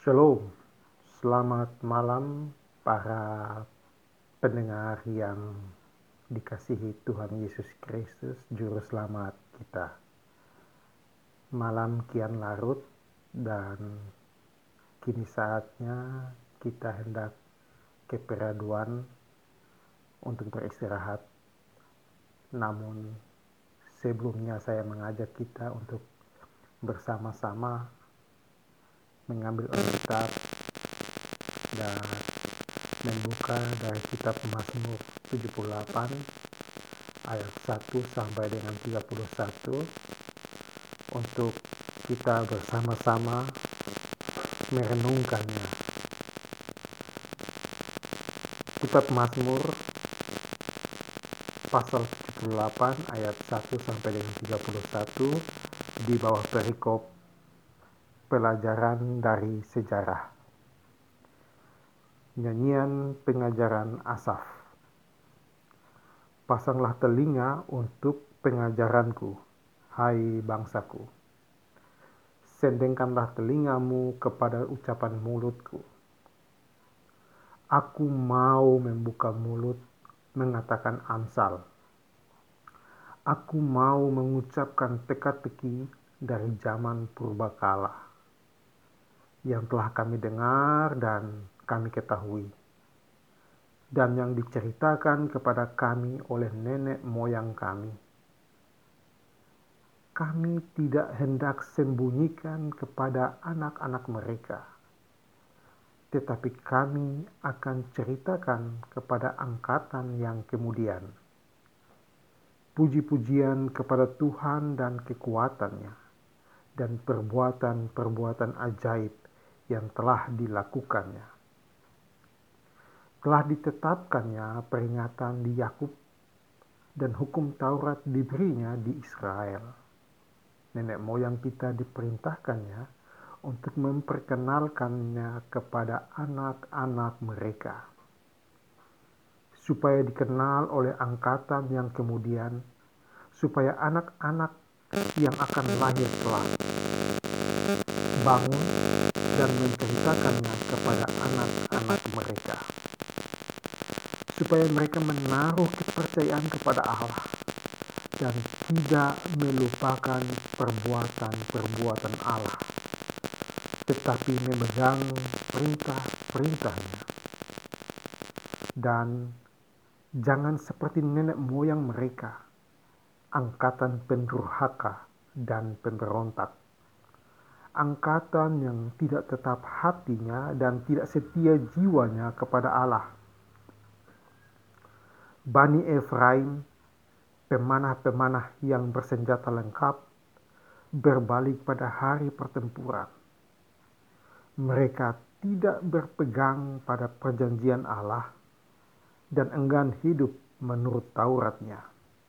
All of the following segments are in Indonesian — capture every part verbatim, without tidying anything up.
Shalom, selamat malam para pendengar yang dikasihi Tuhan Yesus Kristus, Juru Selamat kita. Malam kian larut dan kini saatnya kita hendak ke peraduan untuk beristirahat. Namun sebelumnya saya mengajak kita untuk bersama-sama mengambil Alkitab dan membuka dari kitab Mazmur tujuh puluh delapan ayat satu sampai dengan tiga puluh satu untuk kita bersama-sama merenungkannya. Kitab Mazmur pasal tujuh puluh delapan ayat satu sampai dengan tiga puluh satu di bawah perikop pelajaran dari sejarah. Nyanyian pengajaran Asaf. Pasanglah telinga untuk pengajaranku, hai bangsaku. Sendengkanlah telingamu kepada ucapan mulutku. Aku mau membuka mulut, mengatakan amsal. Aku mau mengucapkan teka-teki dari zaman purbakala yang telah kami dengar dan kami ketahui, dan yang diceritakan kepada kami oleh nenek moyang kami. Kami tidak hendak sembunyikan kepada anak-anak mereka, tetapi kami akan ceritakan kepada angkatan yang kemudian. Puji-pujian kepada Tuhan dan kekuatannya, dan perbuatan-perbuatan ajaib yang telah dilakukannya. Telah ditetapkannya peringatan di Yakub, dan hukum Taurat diberinya di Israel. Nenek moyang kita diperintahkannya untuk memperkenalkannya kepada anak-anak mereka, supaya dikenal oleh angkatan yang kemudian, supaya anak-anak yang akan lahir kelak bangun dan menceritakannya kepada anak-anak mereka, supaya mereka menaruh kepercayaan kepada Allah dan tidak melupakan perbuatan-perbuatan Allah, tetapi memegang perintah-perintahnya. Dan jangan seperti nenek moyang mereka, angkatan pendurhaka dan pemberontak, angkatan yang tidak tetap hatinya dan tidak setia jiwanya kepada Allah. Bani Efraim, pemanah-pemanah yang bersenjata lengkap, berbalik pada hari pertempuran. Mereka tidak berpegang pada perjanjian Allah dan enggan hidup menurut Tauratnya.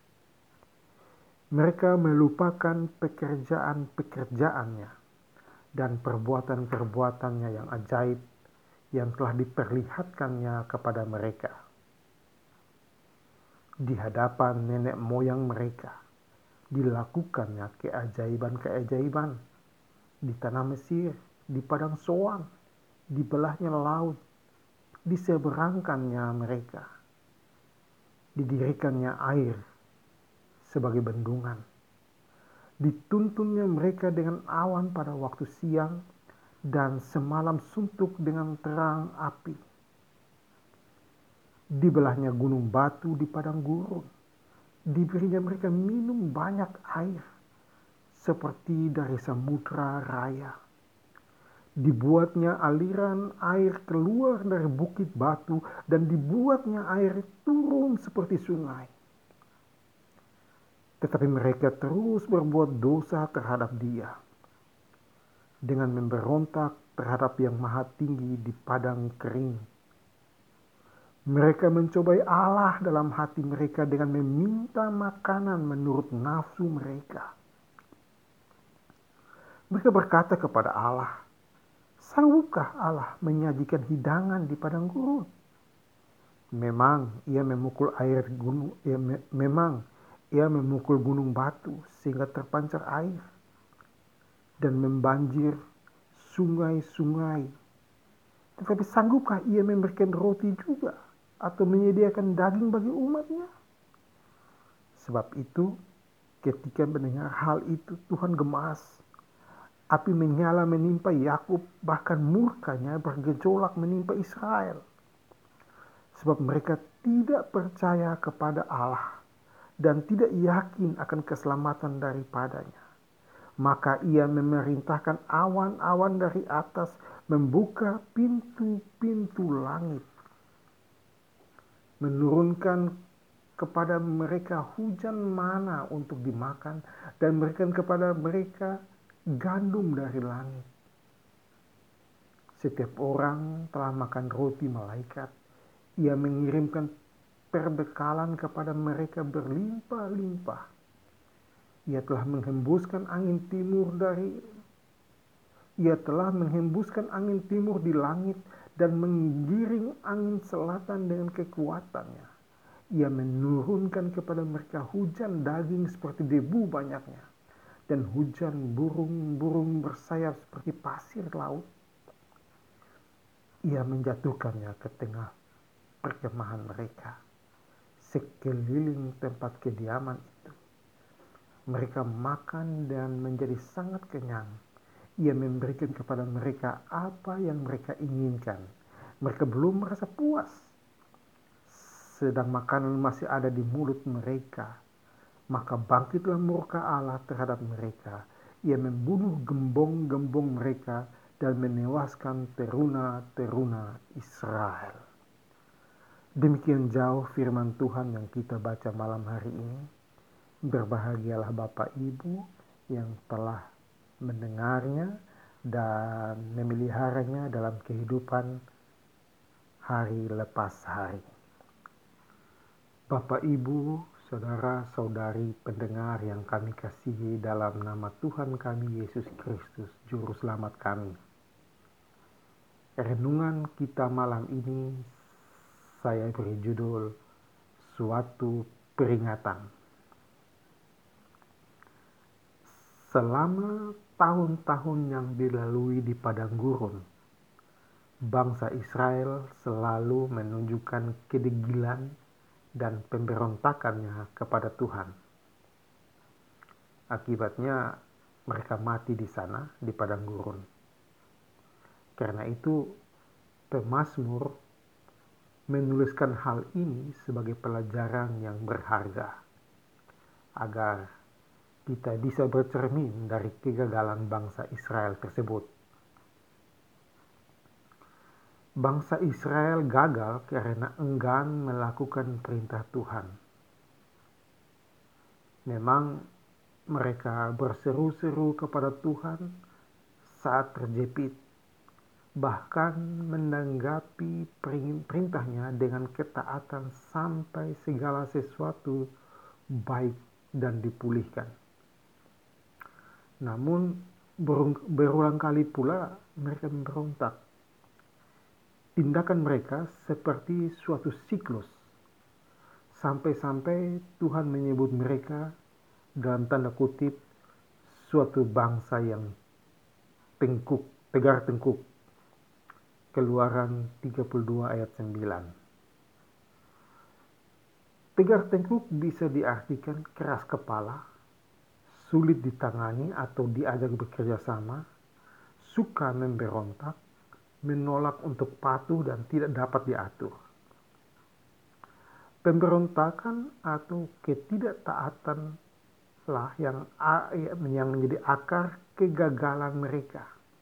Mereka melupakan pekerjaan-pekerjaannya dan perbuatan-perbuatannya yang ajaib yang telah diperlihatkannya kepada mereka. Di hadapan nenek moyang mereka dilakukannya keajaiban-keajaiban di tanah Mesir, di padang Soan, dibelahnya laut, diseberangkannya mereka, didirikannya air sebagai bendungan, dituntunnya mereka dengan awan pada waktu siang dan semalam suntuk dengan terang api. Dibelahnya gunung batu di padang gurun, diberinya mereka minum banyak air seperti dari samudra raya. Dibuatnya aliran air keluar dari bukit batu dan dibuatnya air turun seperti sungai. Tetapi mereka terus berbuat dosa terhadap Dia dengan memberontak terhadap Yang Maha Tinggi di padang kering. Mereka mencobai Allah dalam hati mereka dengan meminta makanan menurut nafsu mereka. Mereka berkata kepada Allah, "Sanggupkah Allah menyajikan hidangan di padang gurun?" Memang ia memukul air gunung, ia me, memang ia memukul gunung batu sehingga terpancar air dan membanjir sungai-sungai Tetapi sanggupkah ia memberikan roti juga atau menyediakan daging bagi umatnya? Sebab itu, ketika mendengar hal itu, Tuhan gemas. Api menyala menimpa Yakub, bahkan murkanya bergejolak menimpa Israel. Sebab mereka tidak percaya kepada Allah dan tidak yakin akan keselamatan daripadanya. Maka ia memerintahkan awan-awan dari atas membuka pintu-pintu langit, menurunkan kepada mereka hujan mana untuk dimakan, dan memberikan kepada mereka gandum dari langit. Setiap orang telah makan roti malaikat. Ia mengirimkan perbekalan kepada mereka berlimpah-limpah. Ia telah menghembuskan angin timur dari Ia telah menghembuskan angin timur di langit dan menggiring angin selatan dengan kekuatannya. Ia menurunkan kepada mereka hujan daging seperti debu banyaknya, dan hujan burung-burung bersayap seperti pasir laut. Ia menjatuhkannya ke tengah perkemahan mereka, sekeliling tempat kediaman itu. Mereka makan dan menjadi sangat kenyang. Ia memberikan kepada mereka apa yang mereka inginkan. Mereka belum merasa puas, sedang makanan masih ada di mulut mereka. Maka bangkitlah murka Allah terhadap mereka. Ia membunuh gembong-gembong mereka dan menewaskan teruna-teruna Israel. Demikian jauh firman Tuhan yang kita baca malam hari ini. Berbahagialah Bapak Ibu yang telah mendengarnya dan memeliharanya dalam kehidupan hari lepas hari. Bapak Ibu, saudara-saudari pendengar yang kami kasihi dalam nama Tuhan kami Yesus Kristus, Juru Selamat kami. Renungan kita malam ini saya beri judul Suatu Peringatan. Selama tahun-tahun yang dilalui di padang gurun, bangsa Israel selalu menunjukkan kedegilan dan pemberontakannya kepada Tuhan. Akibatnya mereka mati di sana, di padang gurun. Karena itu, pemazmur menuliskan hal ini sebagai pelajaran yang berharga, agar kita bisa bercermin dari kegagalan bangsa Israel tersebut. Bangsa Israel gagal karena enggan melakukan perintah Tuhan. Memang mereka berseru-seru kepada Tuhan saat terjepit, bahkan menanggapi perintahnya dengan ketaatan sampai segala sesuatu baik dan dipulihkan. Namun berulang kali pula mereka memberontak. Tindakan mereka seperti suatu siklus, sampai-sampai Tuhan menyebut mereka dalam tanda kutip suatu bangsa yang tengkuk, tegar tengkuk. Keluaran tiga puluh dua ayat sembilan. Tegar tengkuk bisa diartikan keras kepala, sulit ditangani atau diajak bekerja sama, suka memberontak, menolak untuk patuh dan tidak dapat diatur. Pemberontakan atau ketidaktaatan lah yang yang menjadi akar kegagalan mereka.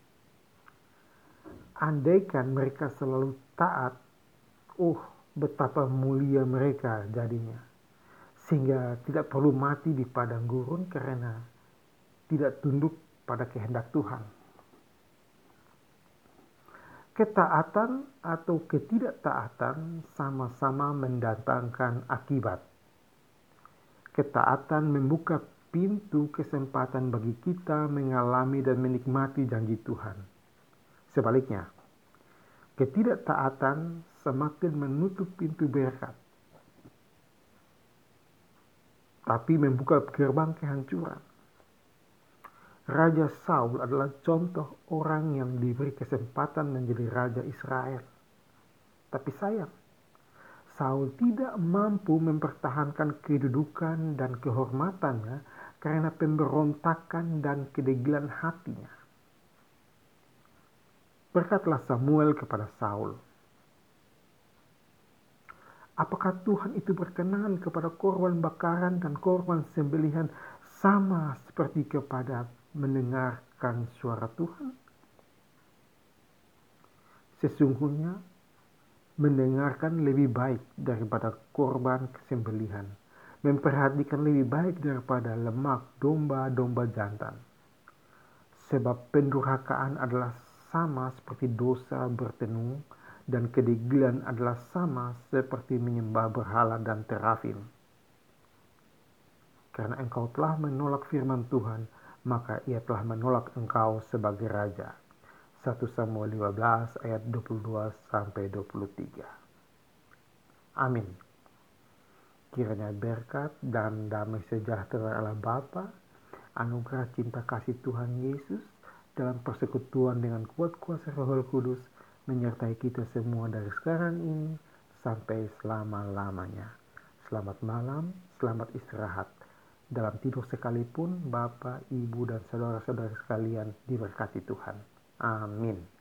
Andaikan mereka selalu taat, oh betapa mulia mereka jadinya, sehingga tidak perlu mati di padang gurun karena tidak tunduk pada kehendak Tuhan. Ketaatan atau ketidaktaatan sama-sama mendatangkan akibat. Ketaatan membuka pintu kesempatan bagi kita mengalami dan menikmati janji Tuhan. Sebaliknya, ketidaktaatan semakin menutup pintu berkat, tapi membuka gerbang kehancuran. Raja Saul adalah contoh orang yang diberi kesempatan menjadi Raja Israel. Tapi sayang, Saul tidak mampu mempertahankan kedudukan dan kehormatannya karena pemberontakan dan kedegilan hatinya. Berkatalah Samuel kepada Saul, apakah Tuhan itu berkenan kepada korban bakaran dan korban sembelihan sama seperti kepada mendengarkan suara Tuhan? Sesungguhnya mendengarkan lebih baik daripada korban sembelihan, memperhatikan lebih baik daripada lemak domba-domba jantan. Sebab pendurhakaan adalah sama seperti dosa bertenung, dan kedegilan adalah sama seperti menyembah berhala dan terafim. Karena engkau telah menolak firman Tuhan, maka ia telah menolak engkau sebagai raja. satu Samuel lima belas ayat dua puluh dua sampai dua puluh tiga. Amin. Kiranya berkat dan damai sejahtera Allah Bapa, anugerah cinta kasih Tuhan Yesus dalam persekutuan dengan kuat kuasa Roh Kudus menyertai kita semua dari sekarang ini sampai selama-lamanya. Selamat malam, selamat istirahat. Dalam tidur sekalipun, Bapak, Ibu, dan saudara-saudara sekalian diberkati Tuhan. Amin.